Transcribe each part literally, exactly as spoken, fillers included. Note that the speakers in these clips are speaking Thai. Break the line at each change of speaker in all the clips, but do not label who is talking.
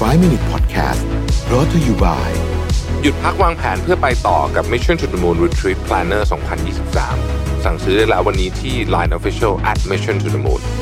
ไฟว์ มินิท Podcast brought to you by
หยุดพักวางแผนเพื่อไปต่อกับ Mission to the Moon Retreat Planner สองพันยี่สิบสาม สั่งซื้อได้แล้ววันนี้ที่ ไลน์ Official แอท มิชชั่น ทู เดอะ มูน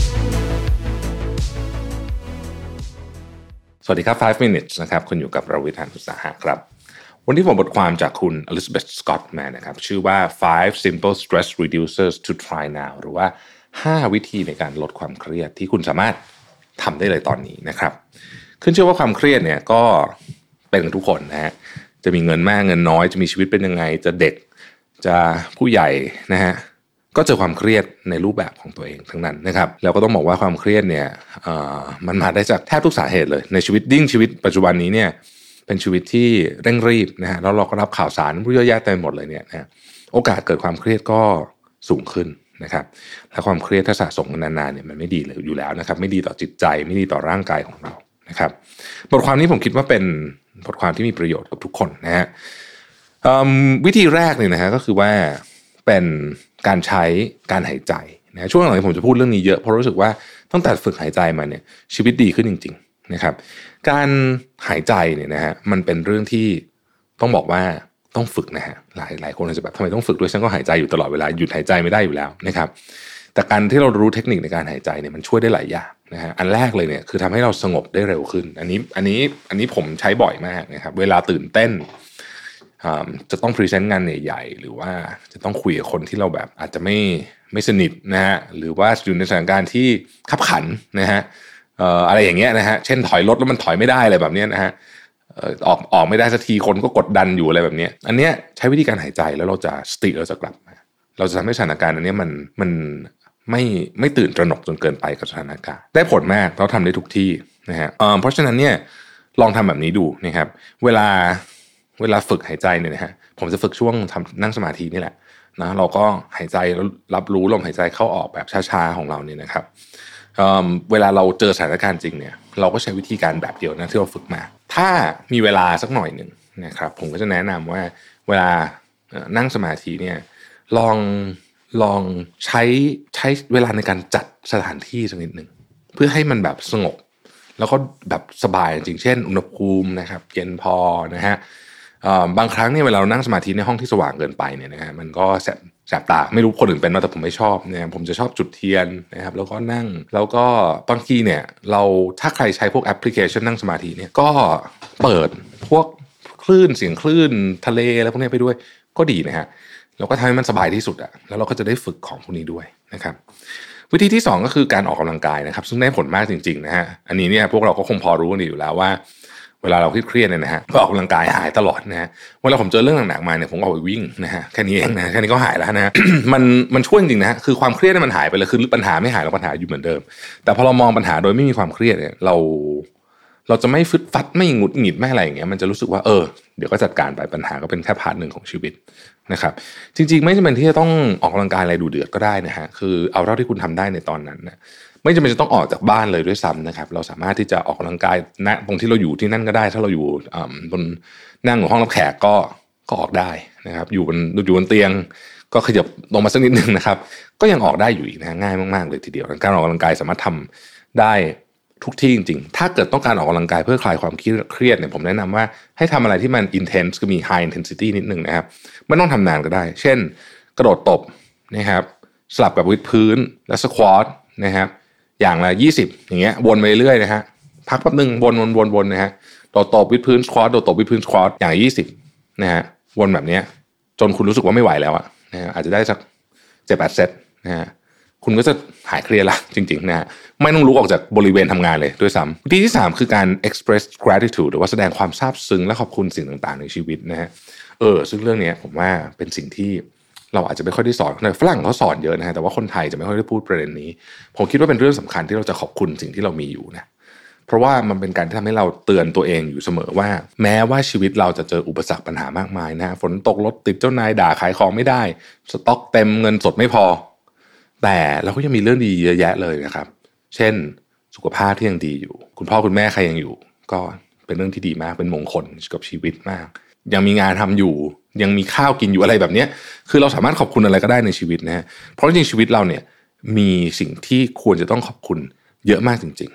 สวัสดีครับ ไฟว์ Minutes นะครับคุณอยู่กับรวิธาน อุตสาหะครับวันนี้ผมบทความจากคุณ Elizabeth Scott มานะครับชื่อว่า five Simple Stress Reducers to Try Now หรือว่าห้าวิธีในการลดความเครียดที่คุณสามารถทำได้เลยตอนนี้นะครับขึ้นชื่อว่าความเครียดเนี่ยก็เป็นทุกคนนะฮะจะมีเงินมากเงินน้อยจะมีชีวิตเป็นยังไงจะเด็กจะผู้ใหญ่นะฮะก็เจอความเครียดในรูปแบบของตัวเองทั้งนั้นนะครับแล้วก็ต้องบอกว่าความเครียดเนี่ยเอ่อมันมาได้จากแทบทุกสาเหตุเลยในชีวิตดิ้งชีวิตปัจจุบันนี้เนี่ยเป็นชีวิตที่เร่งรีบนะฮะแล้วเราก็รับข่าวสารเยอะแยะเต็มหมดเลยเนี่ยนะโอกาสเกิดความเครียดก็สูงขึ้นนะครับและความเครียดถ้าสะสมกันนานๆเนี่ยมันไม่ดีเลยอยู่แล้วนะครับไม่ดีต่อจิตใจไม่ดีต่อร่างกายของเรานะครับบทความนี้ผมคิดว่าเป็นบทความที่มีประโยชน์กับทุกคนนะฮะวิธีแรกเนี่ยนะฮะก็คือว่าเป็นการใช้การหายใจนะช่วงหลังผมจะพูดเรื่องนี้เยอะเพราะรู้สึกว่าตั้งแต่ฝึกหายใจมาเนี่ยชีวิตดีขึ้นจริงๆนะครับการหายใจเนี่ยนะฮะมันเป็นเรื่องที่ต้องบอกว่าต้องฝึกนะฮะหลายหลายคนอาจจะแบบทำไมต้องฝึกด้วยฉันก็หายใจอยู่ตลอดเวลาหยุดหายใจไม่ได้อยู่แล้วนะครับแต่การที่เรารู้เทคนิคในการหายใจเนี่ยมันช่วยได้หลายอย่างนะฮะอันแรกเลยเนี่ยคือทำให้เราสงบได้เร็วขึ้นอันนี้อันนี้อันนี้ผมใช้บ่อยมากนะครับเวลาตื่นเต้นจะต้องพรีเซนต์งานใหญ่ๆหรือว่าจะต้องคุยกับคนที่เราแบบอาจจะไม่ไม่สนิทนะฮะหรือว่าอยู่ในสถานการณ์ที่ขับขันนะฮะเอ่ออะไรอย่างเงี้ยนะฮะเช่นถอยรถแล้วมันถอยไม่ได้อะไรแบบเนี้ยนะฮะออกออกไม่ได้สักทีคนก็กดดันอยู่อะไรแบบนี้อันเนี้ยใช้วิธีการหายใจแล้วเราจะสติเราจะกลับมาเราจะทำให้สถานการณ์อันนี้มันมันไม่ไม่ตื่นตระหนกจนเกินไปกับสถานการณ์ได้ผลมากเราทำได้ทุกที่นะฮะเอ่อเพราะฉะนั้นเนี่ยลองทำแบบนี้ดูนะครับเวลาเวลาฝึกหายใจเนี่ยนะฮะผมจะฝึกช่วงทำนั่งสมาธินี่แหละนะเราก็หายใจแล้วรับรู้ลมหายใจเข้าออกแบบช้าๆของเราเนี่ยนะครับเอ่อเวลาเราเจอสถานการณ์จริงเนี่ยเราก็ใช้วิธีการแบบเดียวนะที่เราฝึกมาถ้ามีเวลาสักหน่อยหนึ่งนะครับผมก็จะแนะนำว่าเวลานั่งสมาธิเนี่ยลองลองใช้ใช้เวลาในการจัดสถานที่สักนิดหนึ่งเพื่อให้มันแบบสงบแล้วก็แบบสบายจริงเช่นอุณหภูมินะครับเย็นพอนะฮะบางครั้งเนี่ยเวลาเรานั่งสมาธิในห้องที่สว่างเกินไปเนี่ยนะฮะมันก็แสบแสบตาไม่รู้คนอื่นเป็นไหมแต่ผมไม่ชอบเนี่ยผมจะชอบจุดเทียนนะครับแล้วก็นั่งแล้วก็บางทีเนี่ยเราถ้าใครใช้พวกแอปพลิเคชันนั่งสมาธิเนี่ยก็เปิดพวกคลื่นเสียงคลื่นทะเลอะไรพวกนี้ไปด้วยก็ดีนะฮะแล้วก็ทำให้มันสบายที่สุดอะแล้วเราก็จะได้ฝึกของพวกนี้ด้วยนะครับวิธีที่สองก็คือการออกกำลังกายนะครับซึ่งได้ผลมากจริงๆนะฮะอันนี้เนี่ยพวกเราก็คงพอรู้กันอยู่แล้วว่าเวลาเราเครียดๆเนี่ยนะฮะก็ออกกำลังกายหายตลอดนะฮะเวลาผมเจอเรื่องหนักๆมาเนี่ยผมก็ออกไปวิ่งนะฮะแค่นี้เองนะแค่นี้ก็หายแล้วนะ มันมันช่วยจริงๆนะฮะคือความเครียดมันหายไปเลยคือปัญหาไม่หายแล้วปัญหาอยู่เหมือนเดิมแต่พอเรามองปัญหาโดยไม่มีความเครียดเนี่ยเราเราจะไม่ฟึดฟัดไม่หงุดหงิดไม่อะไรอย่างเงี้ยมันจะรู้สึกว่าเออเดี๋ยวก็จัดการไปปัญหาก็เป็นแค่พาร์ทหนึ่งของชีวิตนะครับจริงๆไม่จำเป็นที่จะต้องออกกำลังกายอะไรดูเดือดก็ได้นะฮะคือเอาเท่าที่คุณทำได้ในตอนนั้นนะไม่จำเป็นจะต้องออกจากบ้านเลยด้วยซ้ำนะครับเราสามารถที่จะออกกำลังกายณตรงที่เราอยู่ที่นั่นก็ได้ถ้าเราอยู่บนนั่งอยู่ห้องรับแขกก็ก็ออกได้นะครับอยู่บนอยู่บนเตียงก็ขยับลงมาสักนิดนึงนะครับก็ยังออกได้อยู่อีกนะง่ายมากๆเลยทีเดียวการออกกำลังกายสามารถทำได้ทุกที่จริงๆถ้าเกิดต้องการออกกำลังกายเพื่อคลายความเครียดเนี่ยผมแนะนำว่าให้ทำอะไรที่มัน intense คือมี high intensity นิดนึงนะครับไม่ต้องทำนานก็ได้เช่นกระโดดตบนะครับสลับกับวิดพื้นและสควอตนะครับอย่างละยี่สิบอย่างเงี้ยวนไปเรื่อยนะฮะพักแป๊บนึงวนวนวนวนนะฮะโดดตบวิดพื้นสควอตโดดตบวิดพื้นสควอตอย่างยี่สิบนะฮะวนแบบเนี้ยจนคุณรู้สึกว่าไม่ไหวแล้วอะนะฮะอาจจะได้สัก เจ็ดแปด เซตนะฮะคุณก็จะหายเครียดละจริงๆนะฮะไม่ต้องลุกออกจากบริเวณทำงานเลยด้วยซ้ำวิธีที่สามคือการ express gratitude หรือว่าแสดงความซาบซึ้งและขอบคุณสิ่งต่างๆในชีวิตนะฮะเออซึ่งเรื่องนี้ผมว่าเป็นสิ่งที่เราอาจจะไม่ค่อยได้สอนฝรั่งเขาสอนเยอะนะฮะแต่ว่าคนไทยจะไม่ค่อยได้พูดประเด็นนี้ผมคิดว่าเป็นเรื่องสำคัญที่เราจะขอบคุณสิ่งที่เรามีอยู่นะเพราะว่ามันเป็นการที่ทำให้เราเตือนตัวเองอยู่เสมอว่าแม้ว่าชีวิตเราจะเจออุปสรรคปัญหามากมายนะฝนตกรถติดเจ้านายด่าขายของไม่ได้สต็อกเต็มเงินสดไม่พอแต่เราก็ยังมีเรื่องดีเยอะแยะเลยนะครับเช่นสุขภาพที่ยังดีอยู่คุณพ่อคุณแม่ใครยังอยู่ก็เป็นเรื่องที่ดีมากเป็นมงคลกับชีวิตมากยังมีงานทำอยู่ยังมีข้าวกินอยู่อะไรแบบนี้คือเราสามารถขอบคุณอะไรก็ได้ในชีวิตนะฮะเพราะจริงๆชีวิตเราเนี่ยมีสิ่งที่ควรจะต้องขอบคุณเยอะมากจริงๆ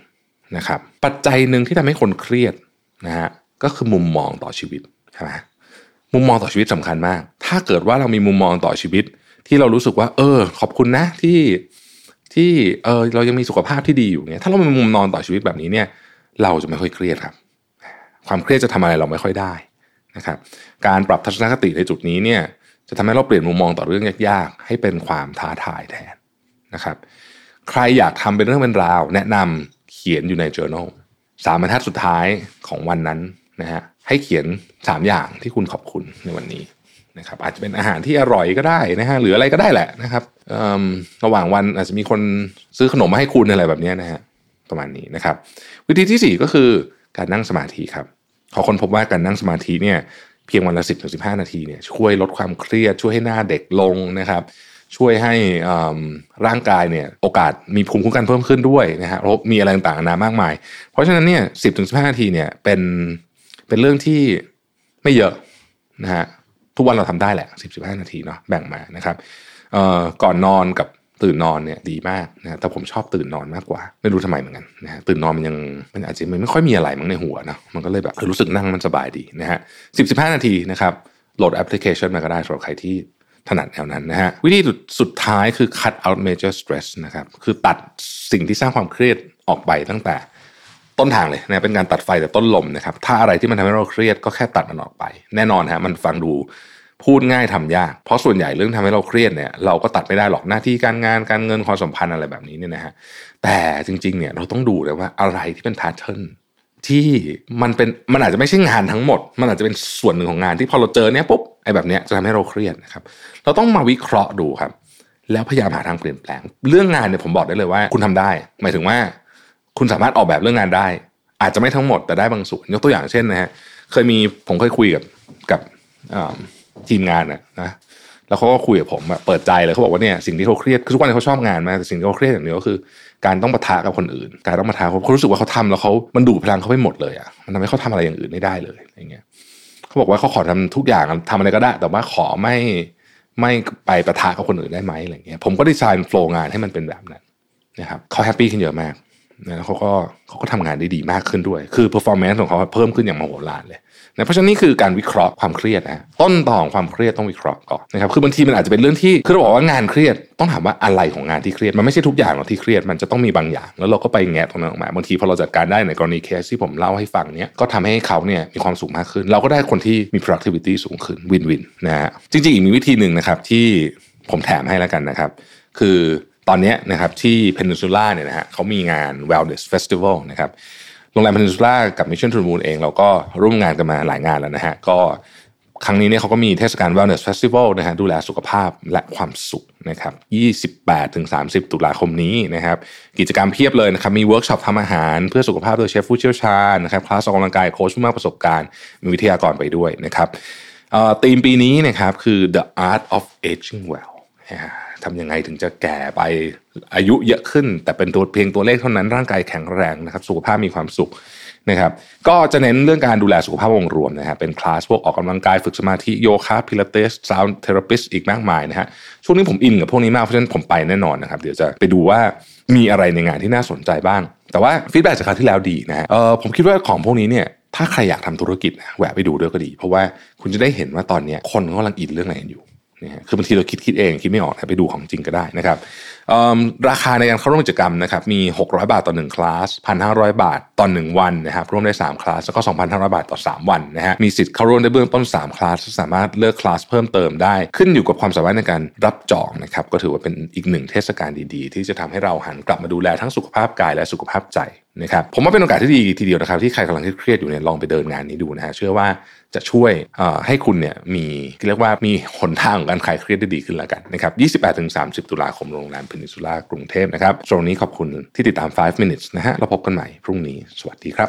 นะครับปัจจัยนึงที่ทำให้คนเครียดนะฮะก็คือมุมมองต่อชีวิตใช่ไหมมุมมองต่อชีวิตสำคัญมากถ้าเกิดว่าเรามีมุมมองต่อชีวิตที่เรารู้สึกว่าเออขอบคุณนะที่ที่เออเรายังมีสุขภาพที่ดีอยู่เนี่ยถ้าเรามีมุมมองต่อชีวิตแบบนี้เนี่ยเราจะไม่ค่อยเครียดครับความเครียดจะทำอะไรเราไม่ค่อยได้นะครับการปรับทัศนคติในจุดนี้เนี่ยจะทำให้เราเปลี่ยนมุมมองต่อเรื่องยากๆให้เป็นความท้าทายแทนนะครับใครอยากทำเป็นเรื่องเป็นราวแนะนำเขียนอยู่ใน journal สามบรรทัดสุดท้ายของวันนั้นนะฮะให้เขียนสามอย่างที่คุณขอบคุณในวันนี้นะครับอาจจะเป็นอาหารที่อร่อยก็ได้นะฮะหรืออะไรก็ได้แหละนะครับระหว่างวันอาจจะมีคนซื้อขนมมาให้คุณอะไรแบบนี้นะฮะประมาณนี้นะครับวิธีที่สี่ก็คือการนั่งสมาธิครับเขาค้นพบว่าการนั่งสมาธิเนี่ยเพียงวันละ สิบถึงสิบห้า นาทีเนี่ยช่วยลดความเครียดช่วยให้หน้าเด็กลงนะครับช่วยให้ร่างกายเนี่ยโอกาสมีภูมิคุ้มกันเพิ่มขึ้นด้วยนะฮะมีอะไรต่างๆนานามากมายเพราะฉะนั้นเนี่ย สิบถึงสิบห้า นาทีเนี่ยเป็นเป็นเรื่องที่ไม่เยอะนะฮะทุกวันเราทำได้แหละ สิบถึงสิบห้า นาทีเนาะแบ่งมานะครับก่อนนอนกับตื่นนอนเนี่ยดีมากนะแต่ผมชอบตื่นนอนมากกว่าไม่รู้ทำไมเหมือนกันนะฮะตื่นนอนมันยังมันอาจจะไม่ค่อยมีอะไรมั้งในหัวนะมันก็เลยแบบรู้สึกนั่งมันสบายดีนะฮะ สิบถึงสิบห้า นาทีนะครับโหลดแอปพลิเคชันมาก็ได้สำหรับใครที่ถนัดแนวนั้นนะฮะวิธีสุดท้ายคือ cut out major stress นะครับคือตัดสิ่งที่สร้างความเครียดออกไปตั้งแต่ต้นทางเลยนะเป็นการตัดไฟแต่ต้นลมนะครับถ้าอะไรที่มันทำให้เราเครียดก็แค่ตัดมันออกไปแน่นอนฮะมันฟังดูพูดง่ายทำยากเพราะส่วนใหญ่เรื่องทำให้เราเครียดเนี่ยเราก็ตัดไม่ได้หรอกหน้าที่การงานการเงินความสัมพันธ์อะไรแบบนี้เนี่ยนะฮะแต่จริงๆเนี่ยเราต้องดูเลยว่าอะไรที่เป็น pattern ที่มันเป็นมันอาจจะไม่ใช่งานทั้งหมดมันอาจจะเป็นส่วนหนึ่งของงานที่พอเราเจอเนี่ยปุ๊บไอ้แบบเนี้ยจะทำให้เราเครียดนะครับเราต้องมาวิเคราะห์ดูครับแล้วพยายามหาทางเปลี่ยนแปลงเรื่องงานเนี่ยผมบอกได้เลยว่าคุณทำได้หมายถึงว่าคุณสามารถออกแบบเรื่องงานได้อาจจะไม่ทั้งหมดแต่ได้บางส่วนยกตัวอย่างเช่นนะฮะเคยมีผมเคยคุยกับกับทีมงานนะนะแล้วเขาก็คุยกับผมแบบเปิดใจเลยเขาบอกว่าเนี่ยสิ่งที่เขาเครียดคือทุกวันนี้เขาชอบงานมากแต่สิ่งที่เขาเครียดอย่างเดียวก็คือการต้องปะทะกับคนอื่นการต้องปะทะเขารู้สึกว่าเขาทำแล้วเขามันดูดพลังเขาไปหมดเลยอ่ะมันทำให้เขาทำอะไรอย่างอื่นไม่ได้เลยอย่างเงี้ยเขาบอกว่าเขาขอทำทุกอย่างทำอะไรก็ได้แต่ว่าขอไม่ไม่ไปปะทะกับคนอื่นได้ไหมอะไรเงี้ยผมก็ดีไซน์โฟล์งานให้มันเป็นแบบนั้นนะครับเขาแฮปปี้ขึ้นเยอะมากแล้วเขาก็เขาก็ทำงานได้ดีมากขึ้นด้วยคือ performance ของเขาเพิ่มขึ้นอย่างมโหฬารเลยนะเพราะฉะนั้นนี่คือการวิเคราะห์ความเครียดนะต้นตอของความเครียดต้องวิเคราะห์ก่อนนะครับคือบางทีมันอาจจะเป็นเรื่องที่คือเราบอกว่างานเครียดต้องถามว่าอะไรของงานที่เครียดมันไม่ใช่ทุกอย่างหรอกที่เครียดมันจะต้องมีบางอย่างแล้วเราก็ไปแงะตรงนั้นออกมาบางทีพอเราจัดการได้ในกรณีเคสที่ผมเล่าให้ฟังเนี้ยก็ทำให้เขาเนี่ยมีความสุขมากขึ้นเราก็ได้คนที่มี productivity สูงขึ้นวินวินนะฮะจริงๆอีกมีวิธีนึงนะครับที่ผมแถมให้แล้วกันนะครับคือตอนนี้นะครับที่ Peninsula เนี่ยนะฮะเขามีงาน Wellness Festival นะครับโรงแรม Peninsula กับ Mission to the Moon เองเราก็ร่วมงานกันมาหลายงานแล้วนะฮะก็ครั้งนี้เนี่ยเขาก็มีเทศกาล Wellness Festival นะฮะดูแลสุขภาพและความสุขนะครับ ยี่สิบแปดถึงสามสิบ ตุลาคมนี้นะครับกิจกรรมเพียบเลยนะครับมีเวิร์กช็อปทำอาหารเพื่อสุขภาพโดยเชฟผู้เชี่ยวชาญนะครับคลาสออกกำลังกายโค้ชผู้มากประสบการณ์มีวิทยากรไปด้วยนะครับธีมปีนี้นะครับคือ The Art of Aging Wellทำยังไงถึงจะแก่ไปอายุเยอะขึ้นแต่เป็นตัวเพียงตัวเลขเท่านั้นร่างกายแข็งแรงนะครับสุขภาพมีความสุขนะครับก็จะเน้นเรื่องการดูแลสุขภาพองค์รวมนะฮะเป็นคลาสพวกออกกำลังกายฝึกสมาธิโยคะพิลาเตสซาวด์เทอราปิสต์อีกมากมายนะฮะช่วงนี้ผมอินกับพวกนี้มากเพราะฉะนั้นผมไปแน่นอนนะครับเดี๋ยวจะไปดูว่ามีอะไรในงานที่น่าสนใจบ้างแต่ว่าฟีดแบ็กจากคราวที่แล้วดีนะฮะเออผมคิดว่าของพวกนี้เนี่ยถ้าใครอยากทำธุรกิจนะแวะไปดูด้วยก็ดีเพราะว่าคุณจะได้เห็นว่าตอนนี้คนกำลังอินเรื่องอะไรกันอยู่คือบางทีเราคิดคิดเองคิดไม่ออกไปดูของจริงก็ได้นะครับราคาในการเข้าร่วมกิจกรรมนะครับมีหกร้อยบาทต่อหนึ่งคลาส หนึ่งพันห้าร้อยบาทต่อหนึ่งวันนะครับร่วมได้สามคลาสแล้วก็ สองพันห้าร้อยบาทต่อสามวันนะฮะมีสิทธิ์เข้าร่วมได้เบื้องต้นสามคลาสสามารถเลือกคลาสเพิ่มเติมได้ขึ้นอยู่กับความสามารถในการรับจองนะครับก็ถือว่าเป็นอีกหนึ่งเทศกาลดีๆที่จะทำให้เราหันกลับมาดูแลทั้งสุขภาพกายและสุขภาพใจนะครับผมว่าเป็นโอกาสที่ดีทีเดียวนะครับที่ใครกำลังเครียดอยู่เนี่ยลองไปเดินงานนี้ดูนะฮะเชื่อว่าจะช่วยให้คุณเนี่ยมีเรียกว่ามีหนทางของการคลายเครียดได้ดีขึ้นแล้วกันนะครับ ยี่สิบแปดถึงสามสิบ ตุลาคมโรงแรม Peninsula กรุงเทพนะครับตรงนี้ขอบคุณที่ติดตามไฟว์ minutes นะฮะเราพบกันใหม่พรุ่งนี้สวัสดีครับ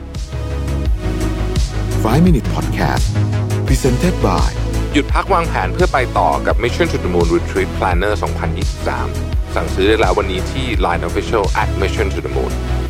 ไฟว์ minute podcast presented by
หยุดพักวางแผนเพื่อไปต่อกับ Mission to the Moon Retreat Planner สองพันยี่สิบสามสั่งซื้อได้แล้ววันนี้ที่ ไลน์ Official แอท มิชชั่น ทู เดอะ มูน